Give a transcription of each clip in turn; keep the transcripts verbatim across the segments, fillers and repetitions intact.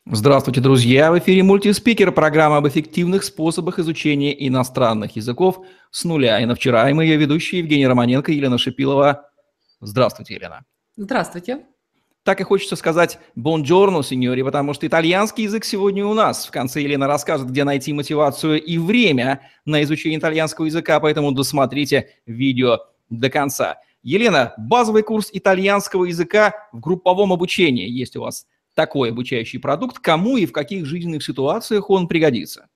Здравствуйте, друзья! В эфире мультиспикер, программа об эффективных способах изучения иностранных языков с нуля. И на вчера и мы ее ведущие Евгений Романенко и Елена Шипилова. Здравствуйте, Елена. Здравствуйте. Так и хочется сказать «бонджорно, сеньори», потому что итальянский язык сегодня у нас. В конце Елена расскажет, где найти мотивацию и время на изучение итальянского языка, поэтому досмотрите видео до конца. Елена, базовый курс итальянского языка в групповом обучении есть у вас такой обучающий продукт, кому и в каких жизненных ситуациях он пригодится?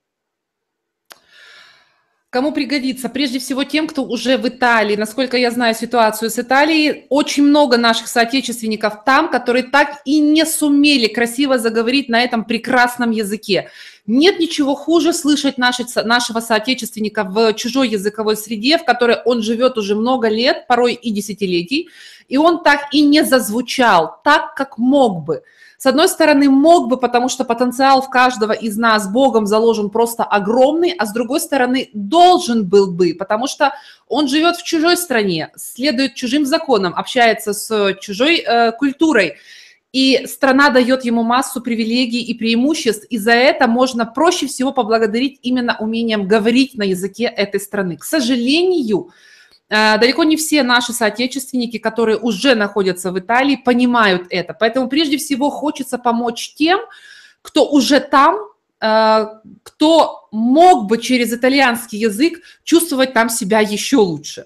Кому пригодится? Прежде всего тем, кто уже в Италии. Насколько я знаю ситуацию с Италией, очень много наших соотечественников там, которые так и не сумели красиво заговорить на этом прекрасном языке. Нет ничего хуже слышать наши, нашего соотечественника в чужой языковой среде, в которой он живет уже много лет, порой и десятилетий, и он так и не зазвучал так, как мог бы. С одной стороны, мог бы, потому что потенциал в каждого из нас Богом заложен просто огромный, а с другой стороны, должен был бы, потому что он живет в чужой стране, следует чужим законам, общается с чужой э, культурой, и страна дает ему массу привилегий и преимуществ, и за это можно проще всего поблагодарить именно умением говорить на языке этой страны. К сожалению, далеко не все наши соотечественники, которые уже находятся в Италии, понимают это. Поэтому прежде всего хочется помочь тем, кто уже там, кто мог бы через итальянский язык чувствовать там себя еще лучше.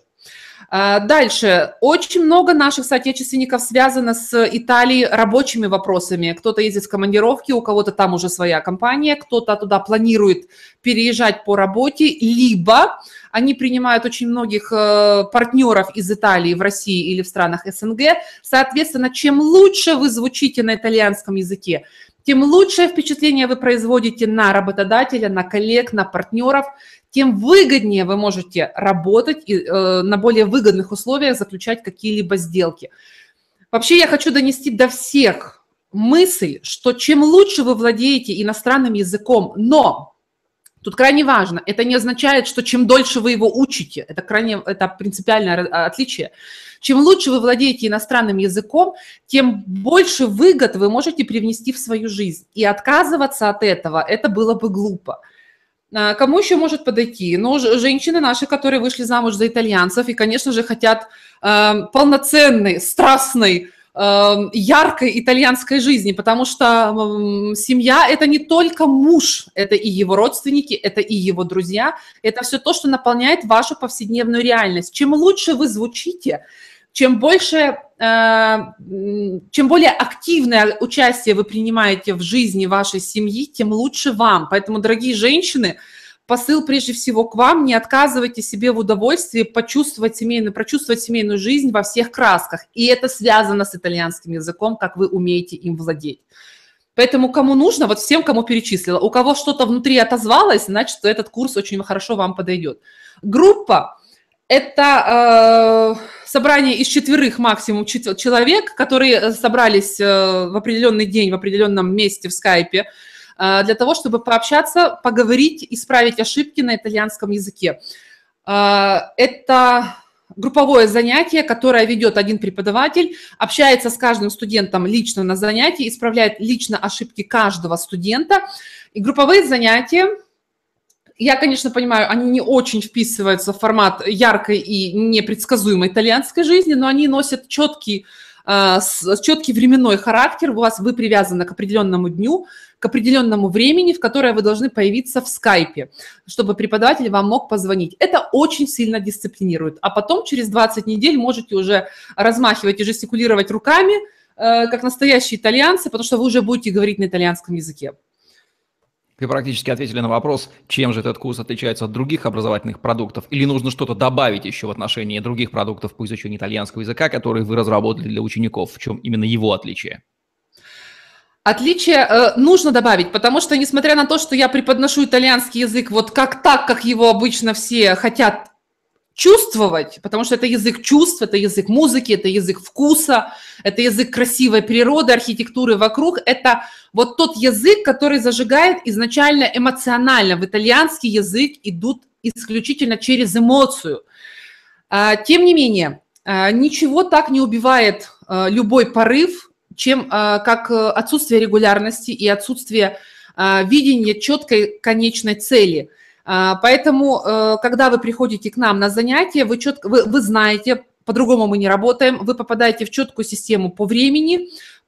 Дальше. Очень много наших соотечественников связано с Италией рабочими вопросами. Кто-то ездит в командировки, у кого-то там уже своя компания, кто-то туда планирует переезжать по работе, либо они принимают очень многих партнеров из Италии в России или в странах СНГ. Соответственно, чем лучше вы звучите на итальянском языке, тем лучшее впечатление вы производите на работодателя, на коллег, на партнеров, тем выгоднее вы можете работать и э, на более выгодных условиях заключать какие-либо сделки. Вообще я хочу донести до всех мысль, что чем лучше вы владеете иностранным языком, но тут крайне важно, это не означает, что чем дольше вы его учите, это крайне, это принципиальное отличие. Чем лучше вы владеете иностранным языком, тем больше выгод вы можете привнести в свою жизнь. И отказываться от этого, это было бы глупо. Кому еще может подойти? Ну, женщины наши, которые вышли замуж за итальянцев и, конечно же, хотят э, полноценной, страстной, э, яркой итальянской жизни, потому что э, семья – это не только муж, это и его родственники, это и его друзья, это все то, что наполняет вашу повседневную реальность. Чем лучше вы звучите, чем больше, э, чем более активное участие вы принимаете в жизни вашей семьи, тем лучше вам. Поэтому, дорогие женщины, посыл прежде всего к вам: не отказывайте себе в удовольствии почувствовать семейную, прочувствовать семейную жизнь во всех красках. И это связано с итальянским языком, как вы умеете им владеть. Поэтому кому нужно, вот всем, кому перечислила, у кого что-то внутри отозвалось, значит, что этот курс очень хорошо вам подойдет. Группа – это э, собрание из четверых максимум человек, которые собрались э, в определенный день, в определенном месте в скайпе, э, для того, чтобы пообщаться, поговорить, исправить ошибки на итальянском языке. Э, это групповое занятие, которое ведет один преподаватель, общается с каждым студентом лично на занятии, исправляет лично ошибки каждого студента. И групповые занятия, я, конечно, понимаю, они не очень вписываются в формат яркой и непредсказуемой итальянской жизни, но они носят четкий, э, четкий временной характер. У вас вы привязаны к определенному дню, к определенному времени, в которое вы должны появиться в скайпе, чтобы преподаватель вам мог позвонить. Это очень сильно дисциплинирует. А потом через двадцать недель можете уже размахивать и жестикулировать руками, э, как настоящие итальянцы, потому что вы уже будете говорить на итальянском языке. Вы практически ответили на вопрос, чем же этот курс отличается от других образовательных продуктов, или нужно что-то добавить еще в отношении других продуктов по изучению итальянского языка, которые вы разработали для учеников, в чем именно его отличие? Отличие э, нужно добавить, потому что, несмотря на то, что я преподношу итальянский язык вот как так, как его обычно все хотят чувствовать, потому что это язык чувств, это язык музыки, это язык вкуса, это язык красивой природы, архитектуры вокруг. Это вот тот язык, который зажигает изначально эмоционально. В итальянский язык идут исключительно через эмоцию. Тем не менее, ничего так не убивает любой порыв, чем как отсутствие регулярности и отсутствие видения четкой конечной цели. Поэтому, когда вы приходите к нам на занятия, вы, четко, вы, вы знаете, по-другому мы не работаем, вы попадаете в четкую систему по времени,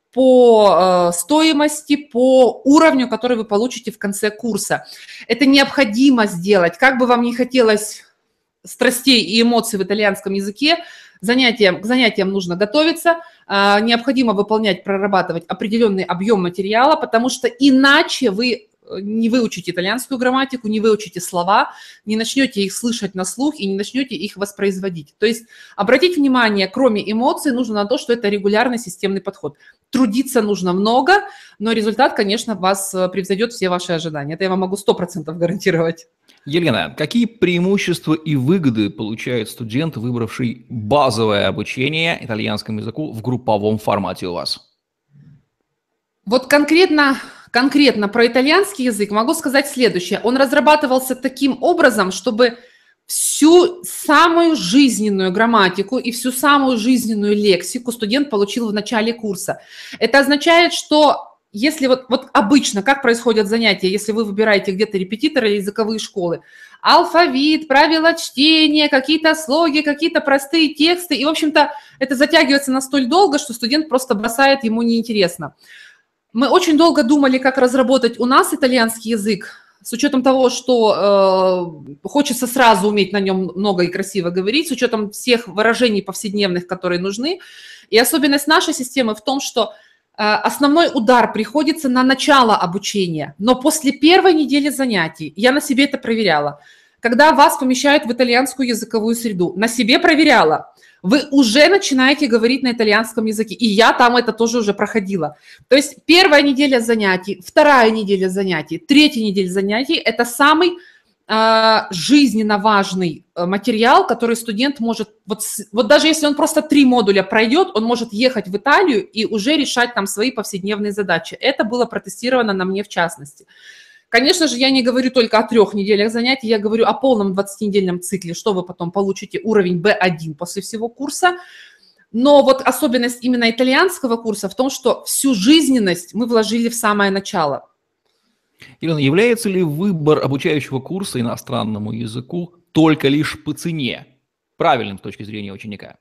по стоимости, по уровню, который вы получите в конце курса. Это необходимо сделать. Как бы вам ни хотелось страстей и эмоций в итальянском языке, занятиям, к занятиям нужно готовиться, необходимо выполнять, прорабатывать определенный объем материала, потому что иначе вы не выучите итальянскую грамматику, не выучите слова, не начнете их слышать на слух и не начнете их воспроизводить. То есть обратить внимание, кроме эмоций, нужно на то, что это регулярный системный подход. Трудиться нужно много, но результат, конечно, вас превзойдет все ваши ожидания. Это я вам могу сто процентов гарантировать. Елена, какие преимущества и выгоды получает студент, выбравший базовое обучение итальянскому языку в групповом формате у вас? Вот конкретно, конкретно про итальянский язык могу сказать следующее. Он разрабатывался таким образом, чтобы всю самую жизненную грамматику и всю самую жизненную лексику студент получил в начале курса. Это означает, что если вот, вот обычно, как происходят занятия, если вы выбираете где-то репетитора или языковые школы, алфавит, правила чтения, какие-то слоги, какие-то простые тексты, и, в общем-то, это затягивается настолько долго, что студент просто бросает, ему неинтересно. Мы очень долго думали, как разработать у нас итальянский язык, с учетом того, что э, хочется сразу уметь на нем много и красиво говорить, с учетом всех выражений повседневных, которые нужны. И особенность нашей системы в том, что основной удар приходится на начало обучения, но после первой недели занятий, я на себе это проверяла, когда вас помещают в итальянскую языковую среду, на себе проверяла, вы уже начинаете говорить на итальянском языке, и я там это тоже уже проходила. То есть первая неделя занятий, вторая неделя занятий, третья неделя занятий – это самый жизненно важный материал, который студент может, вот, вот даже если он просто три модуля пройдет, он может ехать в Италию и уже решать там свои повседневные задачи. Это было протестировано на мне в частности. Конечно же, я не говорю только о трех неделях занятий, я говорю о полном двадцатинедельном цикле, что вы потом получите уровень бэ один после всего курса. Но вот особенность именно итальянского курса в том, что всю жизненность мы вложили в самое начало. Елена, является ли выбор обучающего курса иностранному языку только лишь по цене правильным с точки зрения ученика?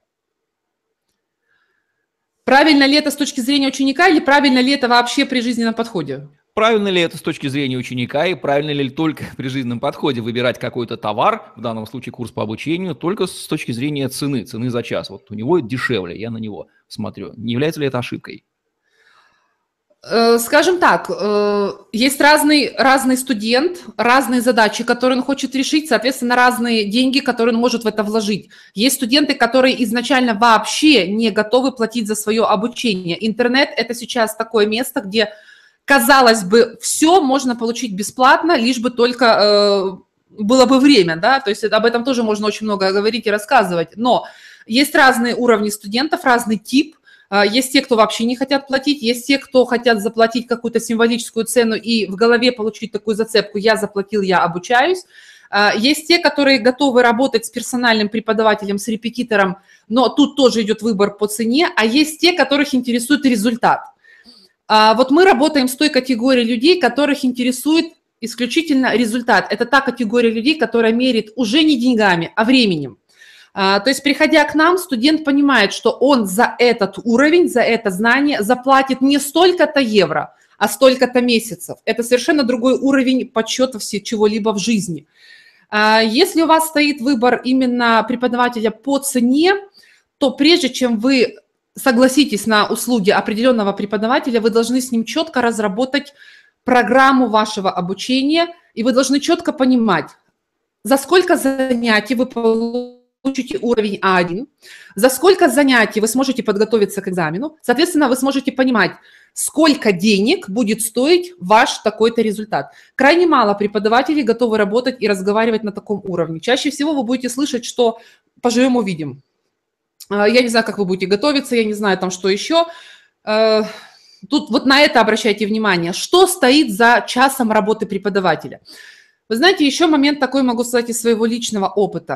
Правильно ли это с точки зрения ученика или правильно ли это вообще при жизненном подходе? Правильно ли это с точки зрения ученика и правильно ли только при жизненном подходе выбирать какой-то товар, в данном случае курс по обучению, только с точки зрения цены, цены за час? Вот у него дешевле, я на него смотрю. Не является ли это ошибкой? Скажем так, есть разный, разный студент, разные задачи, которые он хочет решить, соответственно, разные деньги, которые он может в это вложить. Есть студенты, которые изначально вообще не готовы платить за свое обучение. Интернет – это сейчас такое место, где, казалось бы, все можно получить бесплатно, лишь бы только было бы время, да, то есть об этом тоже можно очень много говорить и рассказывать. Но есть разные уровни студентов, разный тип. Есть те, кто вообще не хотят платить, есть те, кто хотят заплатить какую-то символическую цену и в голове получить такую зацепку «я заплатил, я обучаюсь». Есть те, которые готовы работать с персональным преподавателем, с репетитором, но тут тоже идет выбор по цене, а есть те, которых интересует результат. Вот мы работаем с той категорией людей, которых интересует исключительно результат. Это та категория людей, которая мерит уже не деньгами, а временем. То есть, приходя к нам, студент понимает, что он за этот уровень, за это знание заплатит не столько-то евро, а столько-то месяцев. Это совершенно другой уровень подсчета чего-либо в жизни. Если у вас стоит выбор именно преподавателя по цене, то прежде чем вы согласитесь на услуги определенного преподавателя, вы должны с ним четко разработать программу вашего обучения, и вы должны четко понимать, за сколько занятий вы получите, получите уровень а один, за сколько занятий вы сможете подготовиться к экзамену, соответственно, вы сможете понимать, сколько денег будет стоить ваш такой-то результат. Крайне мало преподавателей готовы работать и разговаривать на таком уровне. Чаще всего вы будете слышать, что поживем, увидим. Я не знаю, как вы будете готовиться, я не знаю там, что еще. Тут вот на это обращайте внимание. Что стоит за часом работы преподавателя? Вы знаете, еще момент такой могу сказать из своего личного опыта.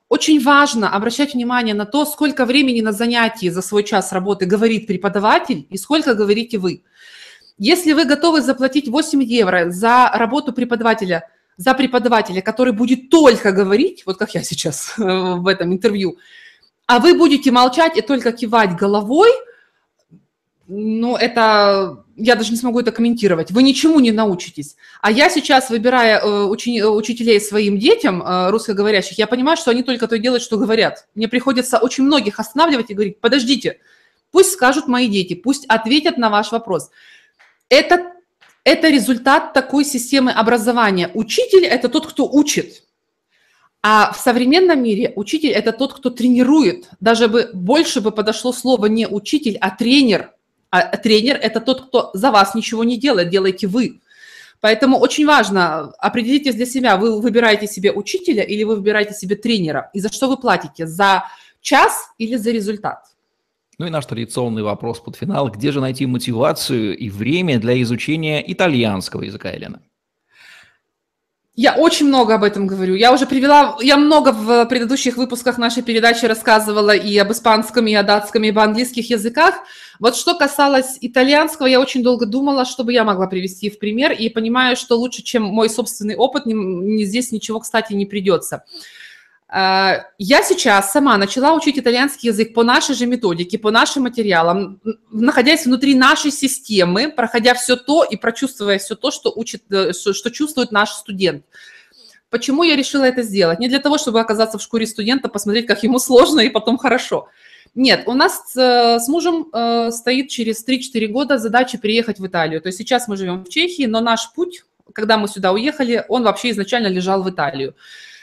очень важно обращать внимание на то, сколько времени на занятии за свой час работы говорит преподаватель и сколько говорите вы. Если вы готовы заплатить восемь евро за работу преподавателя, за преподавателя, который будет только говорить, вот как я сейчас в этом интервью, а вы будете молчать и только кивать головой, ну, это, я даже не смогу это комментировать, вы ничему не научитесь. А я сейчас, выбирая э, учени, учителей своим детям, э, русскоговорящих, я понимаю, что они только то делают, что говорят. Мне приходится очень многих останавливать и говорить: подождите, пусть скажут мои дети, пусть ответят на ваш вопрос. Это, это результат такой системы образования. Учитель – это тот, кто учит. А в современном мире учитель – это тот, кто тренирует. Даже бы больше бы подошло слово не учитель, а тренер. А тренер – это тот, кто за вас ничего не делает, делаете вы. Поэтому очень важно, определитесь для себя, вы выбираете себе учителя или вы выбираете себе тренера. И за что вы платите? За час или за результат? Ну и наш традиционный вопрос под финал. Где же найти мотивацию и время для изучения итальянского языка, Елена? Я очень много об этом говорю. Я уже привела, я много в предыдущих выпусках нашей передачи рассказывала и об испанском, и о датском, и об английских языках. Вот что касалось итальянского, я очень долго думала, чтобы я могла привести в пример, и понимаю, что лучше, чем мой собственный опыт, ни, ни здесь ничего, кстати, не придется. Я сейчас сама начала учить итальянский язык по нашей же методике, по нашим материалам, находясь внутри нашей системы, проходя все то и прочувствуя все то, что, учит, что чувствует наш студент. Почему я решила это сделать? Не для того, чтобы оказаться в шкуре студента, посмотреть, как ему сложно и потом хорошо. Нет, у нас с мужем стоит через три-четыре года задача переехать в Италию. То есть сейчас мы живем в Чехии, но наш путь, когда мы сюда уехали, он вообще изначально лежал в Италию.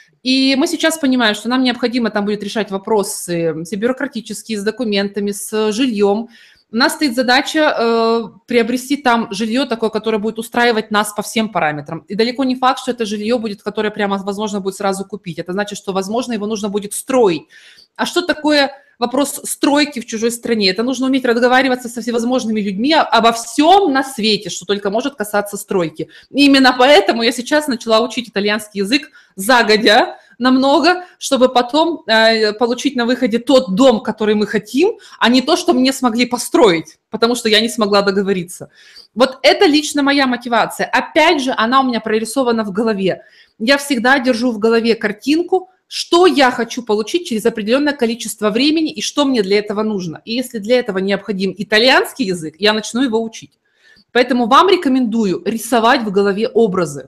И мы сейчас понимаем, что нам необходимо там будет решать вопросы все бюрократические, с документами, с жильем. У нас стоит задача э, приобрести там жилье такое, которое будет устраивать нас по всем параметрам. И далеко не факт, что это жилье будет, которое прямо возможно будет сразу купить. Это значит, что, возможно, его нужно будет строить. А что такое вопрос стройки в чужой стране? Это нужно уметь разговариваться со всевозможными людьми обо всем на свете, что только может касаться стройки. И именно поэтому я сейчас начала учить итальянский язык загодя намного, чтобы потом э, получить на выходе тот дом, который мы хотим, а не то, что мне смогли построить, потому что я не смогла договориться. Вот это лично моя мотивация. Опять же, она у меня прорисована в голове. Я всегда держу в голове картинку, что я хочу получить через определенное количество времени и что мне для этого нужно. И если для этого необходим итальянский язык, я начну его учить. Поэтому вам рекомендую рисовать в голове образы.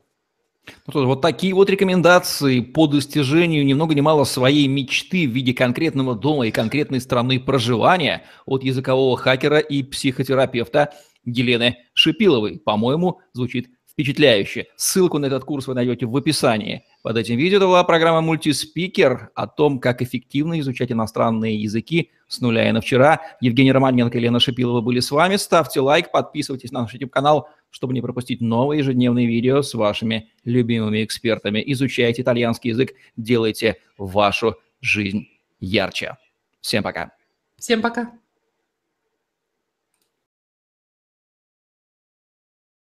Ну, вот такие вот рекомендации по достижению ни много ни мало своей мечты в виде конкретного дома и конкретной страны проживания от языкового хакера и психотерапевта Елены Шипиловой. По-моему, звучит впечатляюще. Ссылку на этот курс вы найдете в описании под этим видео. Это была программа «Мультиспикер» о том, как эффективно изучать иностранные языки с нуля и на вчера. Евгений Романенко и Елена Шипилова были с вами. Ставьте лайк, подписывайтесь на наш YouTube-канал, чтобы не пропустить новые ежедневные видео с вашими любимыми экспертами. Изучайте итальянский язык, делайте вашу жизнь ярче. Всем пока. Всем пока.